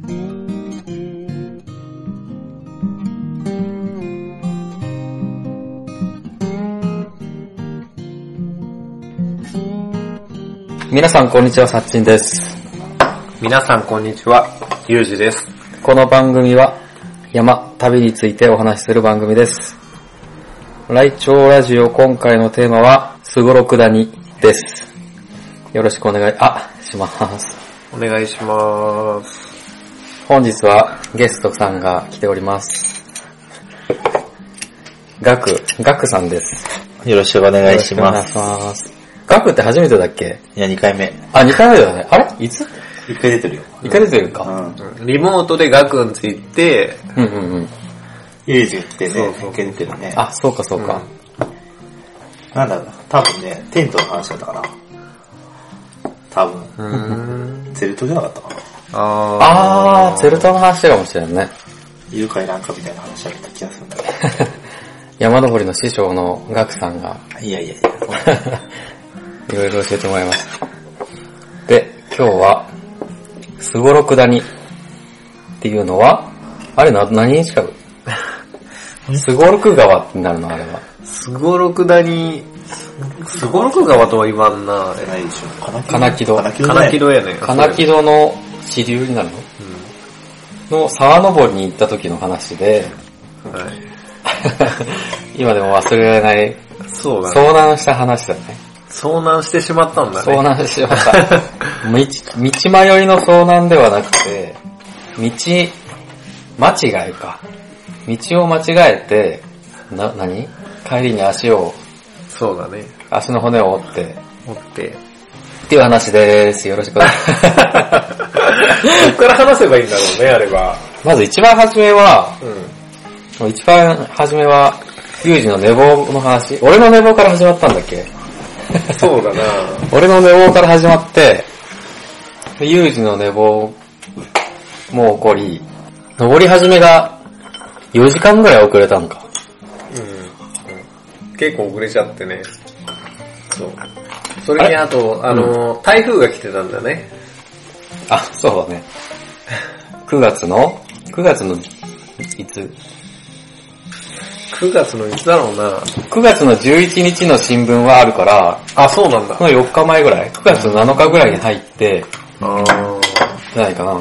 皆さんこんにちは、さっちんです。 皆さんこんにちは、ゆうじです。 この番組は山、旅についてお話しする番組です。ライチョウラジオ、今回のテーマはすごろく谷です。よろしくお願いします。 お願いします。 本日はゲストさんが来ております。ガクさんです。 よろしくお願いします。 お願いします。ガクって初めてだっけ？ いや、2回目。 2回目だよね。あれいつ？ 1 回出てるよ。 1回出てるか。 うん。リモートでガクについて、 ユージってね、1回出てるね。 あ、そうかそうか。 なんだろうな、多分ね、テントの話だったかな。多分。ゼルトじゃなかったかな。 ゼルトの話かもしれんね。 いるかいらんかみたいな話だった気がするんだけど。 山登りの師匠のガクさんが。 いや。 いろいろ教えてもらいました。で、今日は、すごろく谷っていうのは、あれ何に近く？すごろく川になるのあれは。 すごろく谷、すごろく川とは言わんな、あれ。 ないでしょ。 金木戸やね。 金木戸の支流になるの？の沢登りに行った時の話で、 はい。 今でも忘れられない、 そうだね。 遭難した話だね。 遭難してしまったんだね。 遭難してしまった。道迷いの遭難ではなくて、間違いか。道を間違えて、帰りにそうだね。 足の骨を折って。っていう話です。よろしくお願いします。 こっから話せばいいんだろうね、あれは。 まず一番初めは、ユージの寝坊の話。俺の寝坊から始まったんだっけ？ そうだな。 俺の寝坊から始まって、ユージの寝坊も起こり、登り始めが4時間ぐらい遅れたんか。 結構遅れちゃってね。そう。それにあと、台風が来てたんだね。 あ、そうだね。9月のいつ 9月のいつだろうな。 9月の11日の新聞はあるから、 あ、そうなんだ。 その4日前ぐらい ?9 月7日ぐらいに入って、じゃないかな。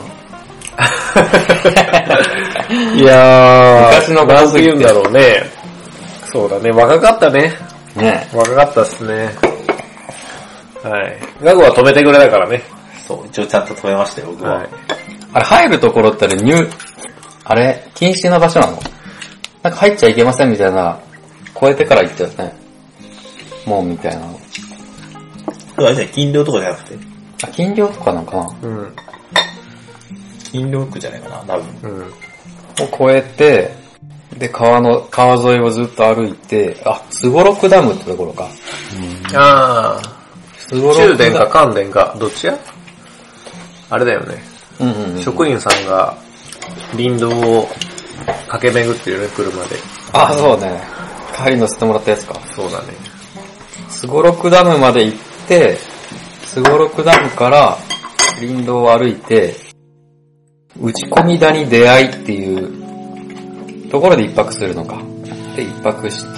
いやー、 昔のなんて言うんだろうね。そうだね、若かったね。 ね。 若かったっすね。はい。ガグは止めてくれたからね。 そう、一応ちゃんと止めましたよ、僕は。はい、 あれ、入るところって禁止な場所なの？なんか入っちゃいけませんみたいな、超えてから行っちゃうね。門みたいなの。 あれじゃ禁漁とかじゃなくて。 禁漁とかなんかな？ 禁漁区じゃないかな、多分。 を越えて、で、川沿いをずっと歩いて、すごろくダムってところか。 中電か関電か、どっちや？あれだよね。職員さんが林道を駆け巡ってるね、車で。 そうね。帰り乗せてもらったやつか。 そうだね。 すごろくダムまで行って、すごろくダムから林道を歩いて、打ち込み谷出会いっていうところで一泊するのか。で、一泊して、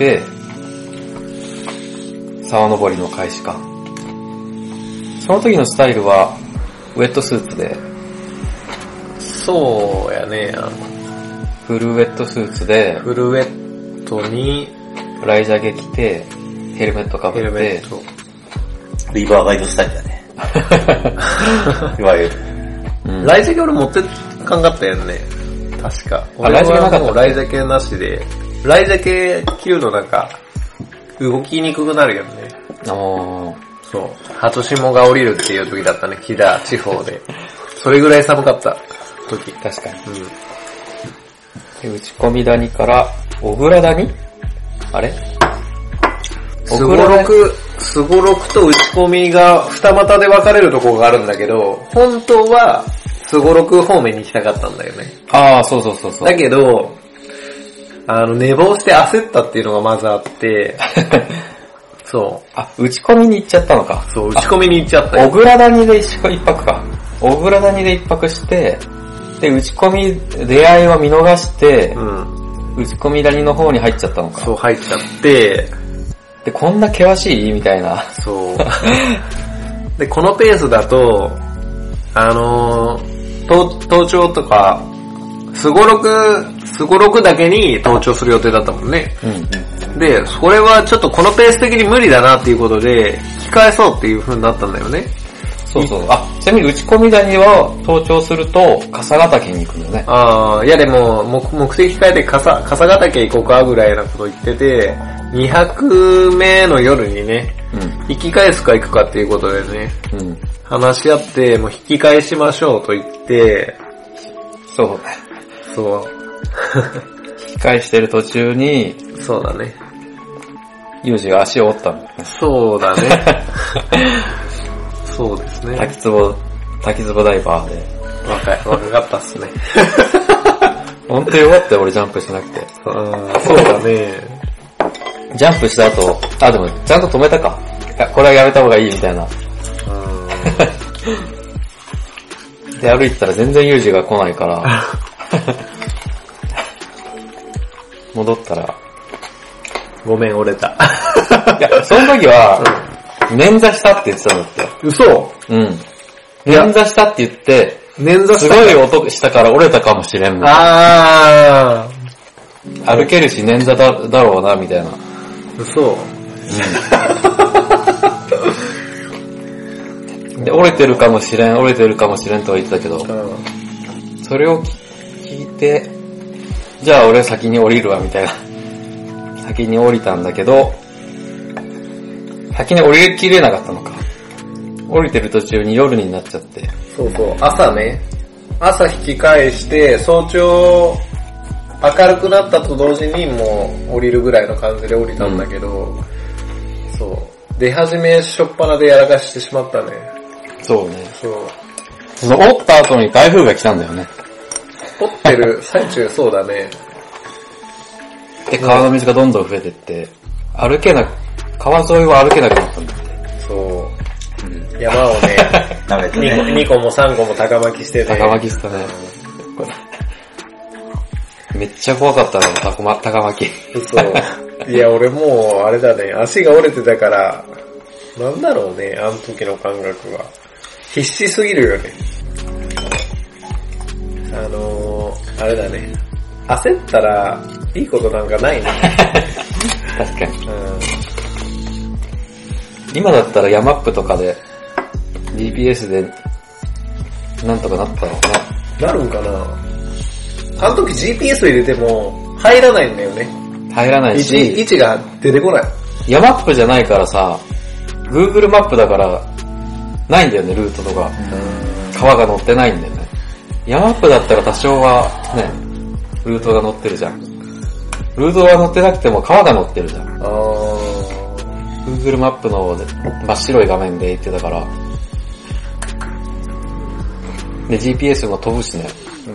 沢登りの開始か。その時のスタイルは、ウェットスーツで。 そうやね。 フルウェットスーツで、 フルウェットに、 ライジャケ着て、ヘルメットかぶって、 リバーガイドスタイルだね。いわゆる。 ライジャケ俺持ってかんかったやんね。確か。 ライジャケなかった。 ライジャケなしで、ライジャケ着るのなんか、動きにくくなるよね。そう。初霜が降りるっていう時だったね、飛騨地方で。それぐらい寒かった時。 確かに。で、打ち込み谷から、小倉谷？あれ？ すごろくと打ち込みが二股で分かれるところがあるんだけど、本当は、すごろく方面に行きたかったんだよね。 そう。 だけど、寝坊して焦ったっていうのがまずあって、そう。 打ち込みに行っちゃったのか。 そう、打ち込みに行っちゃったよ。 小倉谷で一泊か。小倉谷で一泊して、 で、打ち込み、出会いを見逃して、打ち込み谷の方に入っちゃったのか。 そう、入っちゃって、 で、こんな険しいみたいな。 そう。で、このペースだと、登頂とか、すごろくだけに登頂する予定だったもんね。で、それはちょっとこのペース的に無理だなっていうことで、引き返そうっていう風になったんだよね。 そうそう。ちなみに打ち込み谷は登頂すると、笠ヶ岳に行くんだよね。いやでも、目的変えて笠ヶ岳行こうかぐらいなこと言ってて、2泊目の夜にね、引き返すか行くかっていうことでね、話し合って、もう引き返しましょうと言って、 そう。引き返してる途中に、 そうだね。 ユージが足を折ったんだよね。 そうだね。そうですね。 滝壺ダイバーで。 若かったっすね。 本当によかったよ、俺ジャンプしなくて。 そうだね。 ジャンプした後、でもちゃんと止めたか。これはやめた方がいいみたいな。で、歩いてたら全然ユージが来ないから、戻ったら、 ごめん、折れた。 いや、その時は、捻挫したって言ってたんだって。 嘘？ 捻挫したって言って、すごい音したから折れたかもしれんもん。歩けるし捻挫だろうな、みたいな。 嘘？ で、折れてるかもしれんとは言ってたけど、それを聞いて、じゃあ俺先に降りるわ、みたいな。先に降りたんだけど、先に降りきれなかったのか。降りてる途中に夜になっちゃって。 そうそう、朝引き返して、早朝明るくなったと同時にもう降りるぐらいの感じで降りたんだけど、そう。出始めしょっぱなでやらかしてしまったね。 そうね。 そう。 その折った後に台風が来たんだよね。 折ってる最中、そうだね。 で、川の水がどんどん増えてって、川沿いは歩けなくなったんだって。 そう。山をね、2個も3個も高巻きしてね。 高巻きしたね。めっちゃ怖かったの、高巻き。 そう。いや、俺もう、あれだね、足が折れてたから、なんだろうね、あの時の感覚は。必死すぎるよね。あれだね。焦ったら、いいことなんかないね。 確かに。今だったらヤマップとかで、GPS で、なんとかなったろうね。 なるんかな。あの時 GPS 入れても、入らないんだよね。 入らないし、 位置が出てこない。 ヤマップじゃないからさ、Google マップだから、ないんだよね、ルートとか。川が載ってないんだよね。ヤマップだったら多少は、ね、ルートが載ってるじゃん。ルートが載ってなくても川が載ってるじゃん。Google マップの真っ白い画面で言ってたから。で、GPS も飛ぶしね。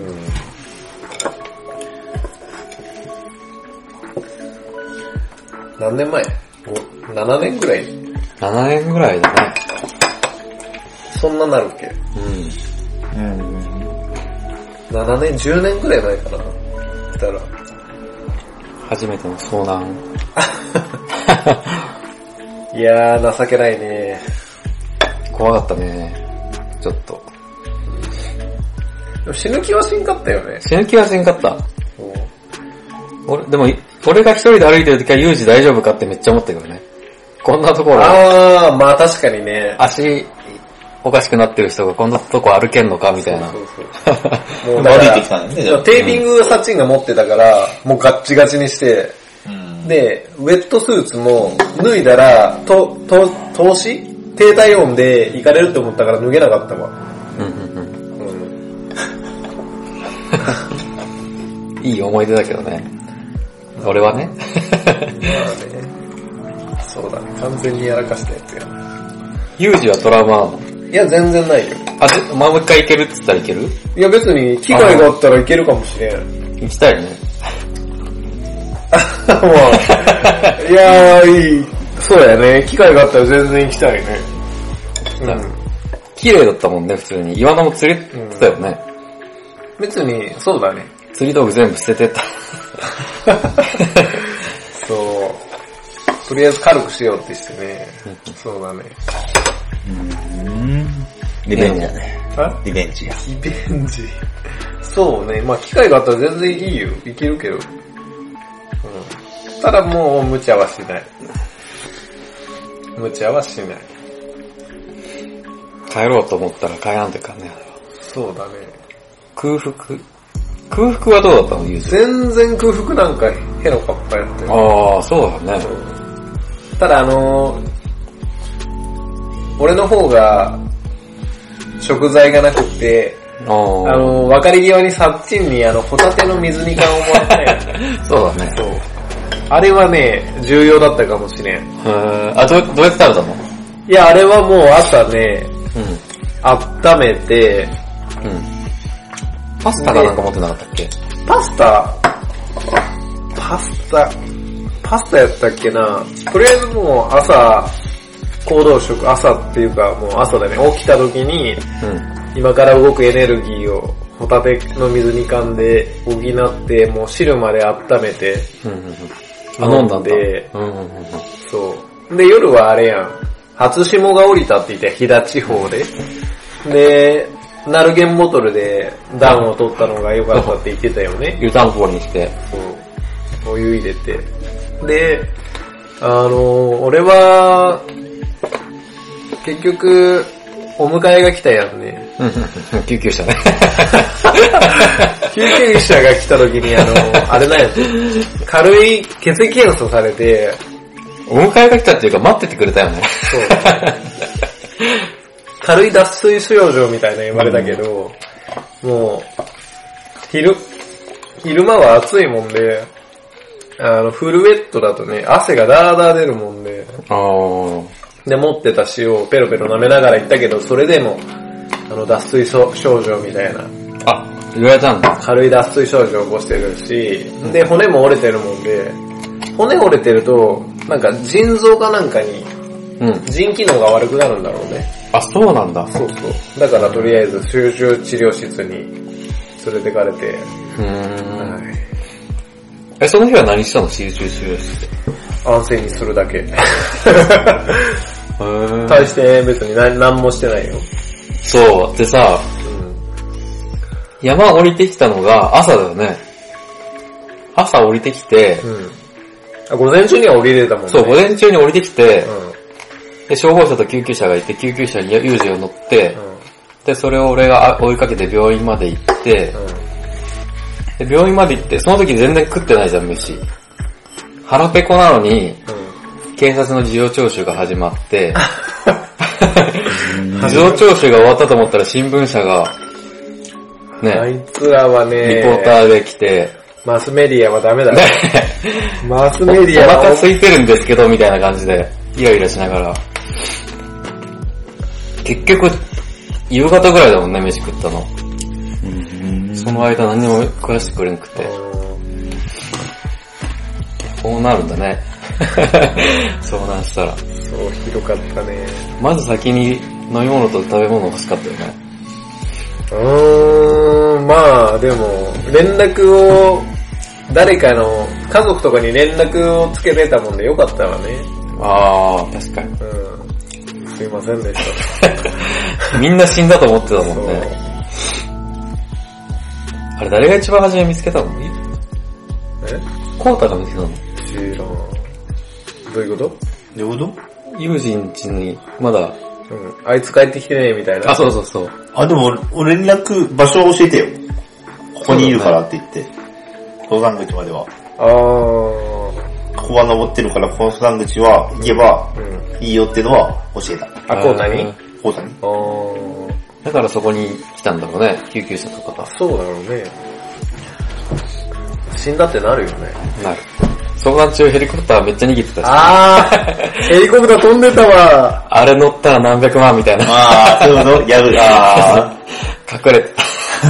何年前 ?7 年ぐらい ?7 年ぐらいだね。 そんななるっけ7年、10年ぐらい前かな。したら。 初めての遭難。 いやー、情けないね。 怖かったね。ちょっと。 でも死ぬ気はしんかったよね。 死ぬ気はしんかった。俺が一人で歩いてるときはユージ大丈夫かってめっちゃ思ったけどね。こんなところ。 まあ確かにね。 足おかしくなってる人がこんなとこ歩けんのかみたいな。 そうもう歩いてきたんね。テーピングサチンが持ってたから、もうガッチガチにして、で、ウェットスーツも脱いだら、低体温で行かれると思ったから脱げなかったわ。 いい思い出だけどね。俺はね。 まあね。そうだね。完全にやらかしたやつや。 ユージはトラウマあるの？ いや、全然ないよ。 もう一回行けるって言ったら行ける？ いや、別に機会があったら行けるかもしれん。 行きたいね。 まあ、いやー、いい。そうやね。機会があったら全然行きたいね。 綺麗だったもんね、普通に。岩のも釣れてたよね。 別に、そうだね。 釣り道具全部捨ててった。 そう。とりあえず軽くしようってしてね。そうだね。 リベンジだね。リベンジや。 リベンジ。そうね。まあ機会があったら全然いいよ。いけるけど。ただもう無茶はしない。無茶はしない。 帰ろうと思ったら帰らんといかんね。 そうだね。 空腹はどうだったの？ 全然空腹なんかヘロカッパやってる。 ああ、そうだね。 ただ俺の方が食材がなくて、別れ際にサッチンにホタテの水煮缶をもらったやん。 そうだね。 そう。あれはね、重要だったかもしれん。 あ、どうやって食べたの？ いや、あれはもう朝ね、温めて、 パスタかなんか持ってなかったっけ？ パスタやったっけな。とりあえずもう行動食、朝っていうかもう朝だね、起きた時に、今から動くエネルギーをホタテの水煮缶で補って、もう汁まで温めて、飲んで、そう。で、夜はあれやん、初霜が降りたって言って、飛騨地方で。で、ナルゲンボトルで暖を取ったのが良かったって言ってたよね。 湯たんぽにして。 そう。お湯入れて。で、俺は、結局、お迎えが来たやんね。 救急車ね。 救急車が来た時にあれなんやって、軽い血液検査されて、 お迎えが来たっていうか待っててくれたよね。 そう。軽い脱水症状みたいな言われたけど、もう、昼間は暑いもんで、フルウェットだとね、汗がダーダー出るもんで、で、持ってた塩をペロペロ舐めながら行ったけど、それでも、脱水症状みたいな。 あ、言われたんだ。 軽い脱水症状を起こしてるし、で、骨も折れてるもんで、骨折れてると、なんか腎臓かなんかに、腎機能が悪くなるんだろうね。 あ、そうなんだ。 そうそう。だからとりあえず集中治療室に連れてかれて。 その日は何したの？集中治療室で。 安静にするだけ。対して別に何もしてないよ。 そう。でさ、山降りてきたのが朝だよね。朝降りてきて、 午前中には降りれたもんね。 そう、午前中に降りてきて、で、消防車と救急車がいて、救急車にユージを乗って、で、それを俺が追いかけて病院まで行って、で、病院まで行って、その時全然食ってないじゃん、飯。腹ペコなのに、警察の事情聴取が始まって、事情聴取が終わったと思ったら新聞社が、ね、 あいつらはね、 リポーターで来て、 マスメディアはダメだね。マスメディアは。 お腹空いてるんですけど、みたいな感じで、イライラしながら。結局、夕方ぐらいだもんね、飯食ったの。その間何も食わしてくれなくて。こうなるんだね。そうなんしたら。 そう、ひどかったね。 まず先に飲み物と食べ物欲しかったよね。 まあでも、連絡を、誰かの、家族とかに連絡をつけれたもんでよかったわね。 ああ、確かに。 すいませんでした。 みんな死んだと思ってたもんね。あれ誰が一番初め見つけたの？コウタが見つけたの？ 知らん。どういうこと？ どういうこと？ 友人家に、まだ、 あいつ帰ってきてねみたいな。 あ、そうそうそう。 あ、でも、俺連絡、場所を教えてよ。ここにいるからって言って。登山口までは。ここは登ってるから、この登山口は行けばいいよっていうのは教えた。 あ、コウタに？ コウタに。 だからそこに来たんだろうね、救急車とかが。 そうだろうね。死んだってなるよね。 なる。遭難中ヘリコプターめっちゃ逃げてたし。 ヘリコプター飛んでたわ。 あれ乗ったら何百万みたいな。 そういうことやる。 隠れてた。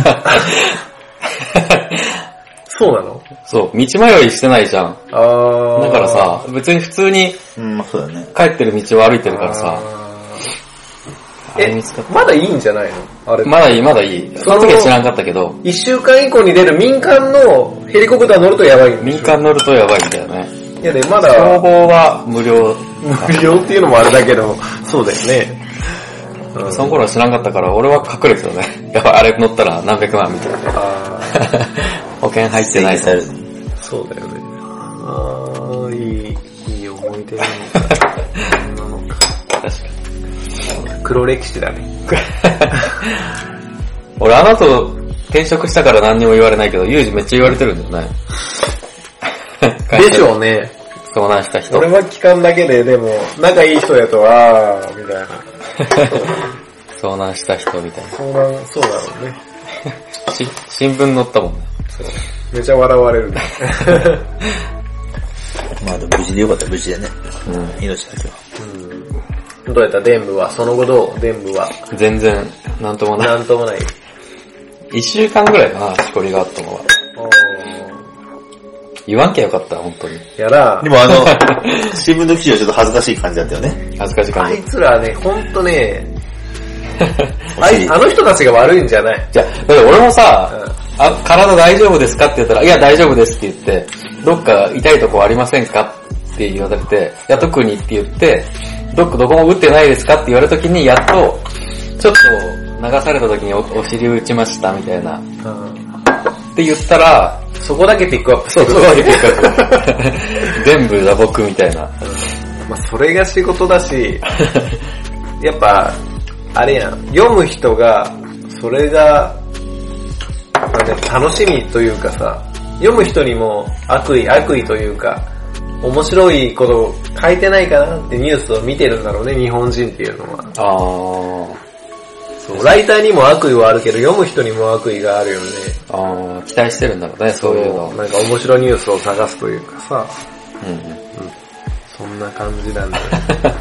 そうなの？ そう、道迷いしてないじゃん。だからさ、別に普通に、 そうだね。 帰ってる道を歩いてるからさ、 見つかった。 まだいいんじゃないの？あれ。 まだいい、まだいい。その時は知らんかったけど。 1週間以降に出る民間のヘリコプター乗るとやばいんでしょ？ 民間乗るとやばいんだよね。 いやね、まだ。 消防は無料。 無料っていうのもあれだけど、そうだよね。 その頃は知らんかったから、俺は隠れてたね。やっぱあれ乗ったら何百万みたいな。保険入ってないから。 そうだよね。いい思い出なのか。 確かに。黒歴史だね。 俺あの後転職したから何にも言われないけど、ユージめっちゃ言われてるんだよね。 でしょうね。 遭難した人。 俺は聞かんだけで、でも、仲いい人やと、みたいな。 遭難した人みたいな。 そうだろうね。 新聞載ったもんね。 めちゃ笑われるね。 まあでも無事でよかった、無事でね。命だけは。 どうやった伝部は？その後どう？伝部は。 全然、なんともない。 なんともない。 1週間ぐらいかな、しこりがあったのは。言わんきゃよかった、本当に。 やら。 でも新聞の記事はちょっと恥ずかしい感じだったよね。 恥ずかしい感じ。 あいつらね、ほんとね、あの人たちが悪いんじゃない。 じゃあ、だって俺もさ、体大丈夫ですかって言ったら、いや大丈夫ですって言って、どっか痛いとこありませんかって言われて、いや特にって言って、どこも打ってないですかって言われた時に、やっと、ちょっと流された時に お尻打ちましたみたいな。って言ったら、 そこだけピックアップそう、そこだけピックアップ。全部だ僕みたいな。 まあそれが仕事だし、やっぱ、あれやん、読む人が、それが、楽しみというかさ、読む人にも悪意というか、面白いこと書いてないかなってニュースを見てるんだろうね、日本人っていうのは。そうライターにも悪意はあるけど、読む人にも悪意があるよね。 期待してるんだろうね、そういうの。 なんか面白いニュースを探すというかさ。そんな感じなんだよね。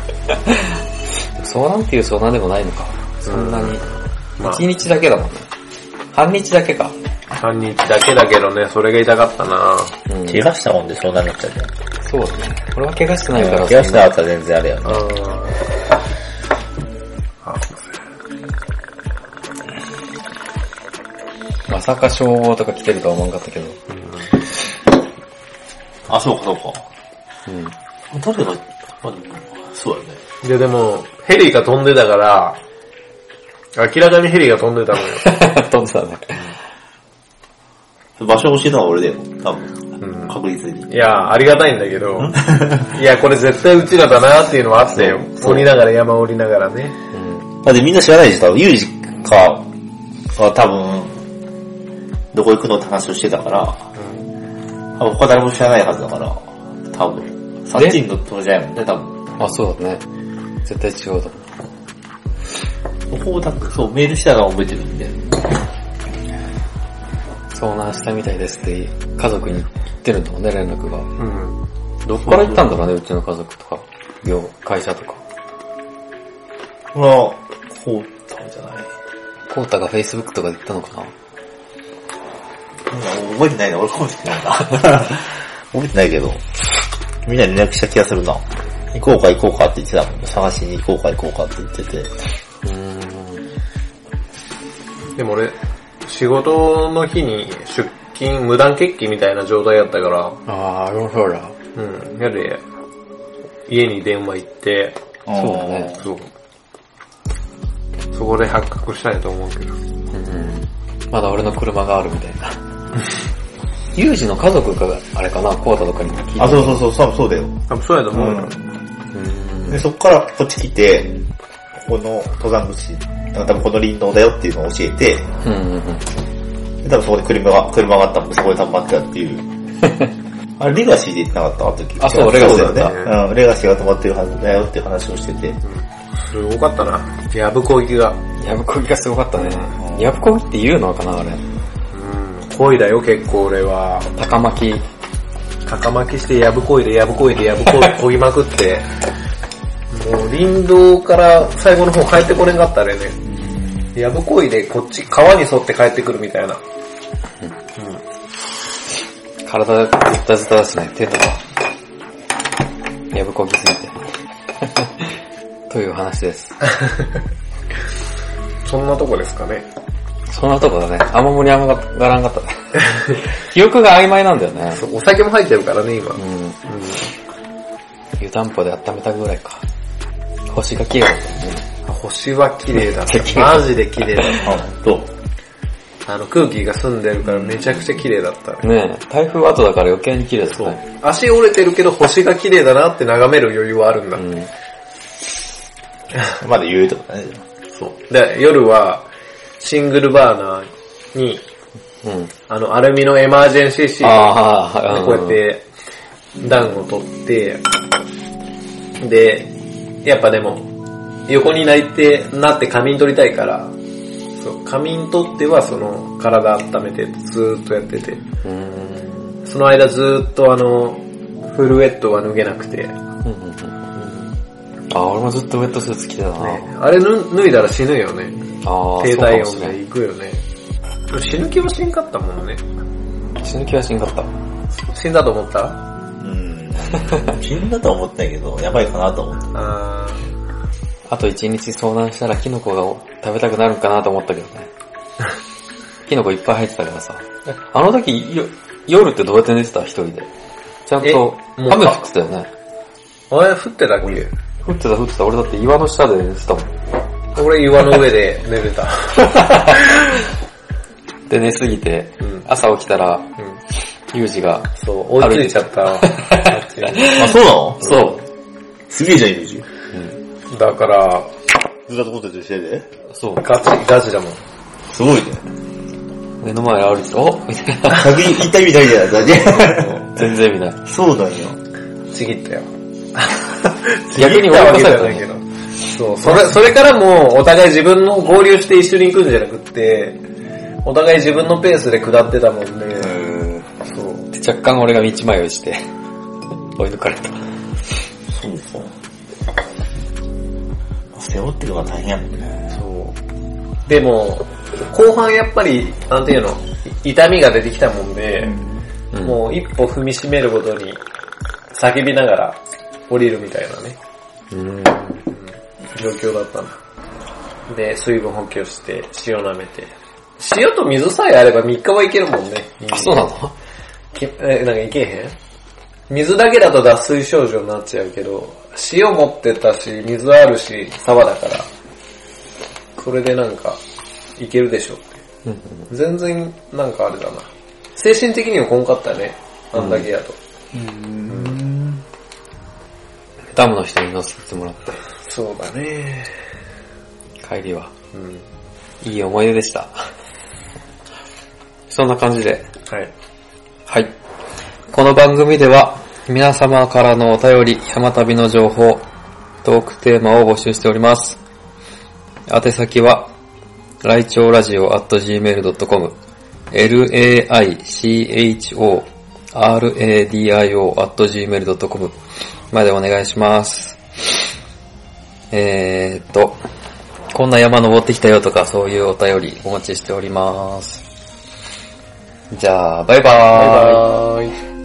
遭難っていう遭難でもないのか。そんなに。1日だけだもんね。半日だけか。 半日だけだけどね、それが痛かったな。 怪我したもんで遭難になっちゃうね。 そうだね。俺は怪我してないから。 怪我してなかったら全然あれやね。 まさか消防とか来てるとは思わんかったけど。 そうか。誰が、そうだよね。 いやでも、ヘリが飛んでたから、明らかにヘリが飛んでたのよ。 飛んでたね。 場所教えたのは俺だよ、多分。確実に。 いや、ありがたいんだけど、いや、これ絶対うちらだなっていうのはあったよ。降りながら山降りながらね。 だってみんな知らないでしょ、多分。ユージかは多分、どこ行くのって話をしてたから、他誰も知らないはずだから、多分。3人の友達やもんね、多分。 そうだね。絶対違うだろう。そう、メールしたのは覚えてるんで。 遭難したみたいですって家族に言ってるんだもんね、連絡が。どっから行ったんだろうね、うちの家族とか、会社とか。 こうたんじゃない？ こうたが Facebook とかで言ったのかな？ 覚えてないな、俺かもしれないな。覚えてないけど、みんなに連絡した気がするな。行こうかって言ってたもんね。探しに行こうかって言ってて。 でも俺、仕事の日に出勤、無断欠勤みたいな状態だったから。 そうだ。 やで、家に電話行って、 そうだね。 そこで発覚したいと思うけど。 まだ俺の車があるみたいな。ユージの家族があれかな、コータとかに聞いて。 そうだよ。 多分そうやと思うよ。 で、そっからこっち来て、この登山口、多分この林道だよっていうのを教えて、で多分そこで車があったもんで、そこで多分待ってたっていう。あれ、レガシーで行ってなかったあの時。 そう、レガシーだよね。レガシーが止まってるはずだよっていう話をしてて。 すごかったな。やぶこぎがすごかったね。やぶこぎって言うのかな、あれ。 こいだよ、結構俺は。 高巻してやぶこいでこぎまくって、もう林道から最後の方帰ってこれんかったあれね。やぶこいでこっち川に沿って帰ってくるみたいな。 体ズタズタですね、手とか。やぶこぎすぎて。という話です。 そんなとこですかね。 そんなとこだね。あんま盛り上がらんかったね。記憶が曖昧なんだよね。 お酒も入ってるからね、今。 湯たんぽで温めたぐらいか。星が綺麗だったね。 星は綺麗だった。マジで綺麗だった。空気が澄んでるからめちゃくちゃ綺麗だったね。 ねえ、台風後だから余計に綺麗だったね。 足折れてるけど星が綺麗だなって眺める余裕はあるんだ。 まだ余裕とかね。 そう。で、夜はシングルバーナーに、アルミのエマージェンシーシートこうやって暖を取って、で、やっぱでも横になって仮眠取りたいから、そう仮眠取ってはその体温めてずーっとやってて、その間ずーっとフルウェットは脱げなくて、 俺もずっとウェットスーツ着てたな。 ね、あれ脱いだら死ぬよね。低体温で行くよね。死ぬ気はしんかったもんね。 死ぬ気はしんかった。 死んだと思った？ 死んだと思ったけど、やばいかなと思った。 あと1日遭難したらキノコが食べたくなるかなと思ったけどね。キノコいっぱい入ってたからさ。あの時、夜ってどうやって寝てた？一人で。ちゃんと雨降ってたよね。 あれ降ってたっけ？ 降ってた。俺だって岩の下で寝てたもん。 俺岩の上で寝てた。 で寝すぎて、朝起きたら、ユージが、 追いついちゃった。 あ、そうなの？ そう。 すげえじゃん、ユージ。 だから、 ずっとことしてて。 そう。 ガチだもん。 すごいね。 目の前歩いてて、おみたいな。 先行ったみたいだね。 全然見ない。 そうだよ。 ちぎったよ。 逆にわけじゃないけど。そう、それからもうお互い自分の合流して一緒に行くんじゃなくって、お互い自分のペースで下ってたもんで、 そう。で若干俺が道迷いして、追い抜かれた。 そうか。背負ってるのが大変やもんね。 そう。でも、後半やっぱり、なんていうの、痛みが出てきたもんで、もう一歩踏みしめるごとに、叫びながら降りるみたいなね。状況だったな。で、水分補給して、塩舐めて。塩と水さえあれば3日はいけるもんね。 あ、そうなの？ なんかいけへん？水だけだと脱水症状になっちゃうけど、塩持ってたし、水あるし、沢だから、それでなんか、いけるでしょって。全然、なんかあれだな。精神的にはこんかったね。あんだけやと。 ダムの人に乗せてもらって。 そうだね。 帰りは。いい思い出でした。そんな感じで。 はい。 はい。この番組では、皆様からのお便り、山旅の情報、トークテーマを募集しております。宛先は、ライチョウラジオ @gmail.com、laichoradio@gmail.com までお願いします。こんな山登ってきたよとかそういうお便りお待ちしております。じゃあ、バイバーイ。 バイバーイ。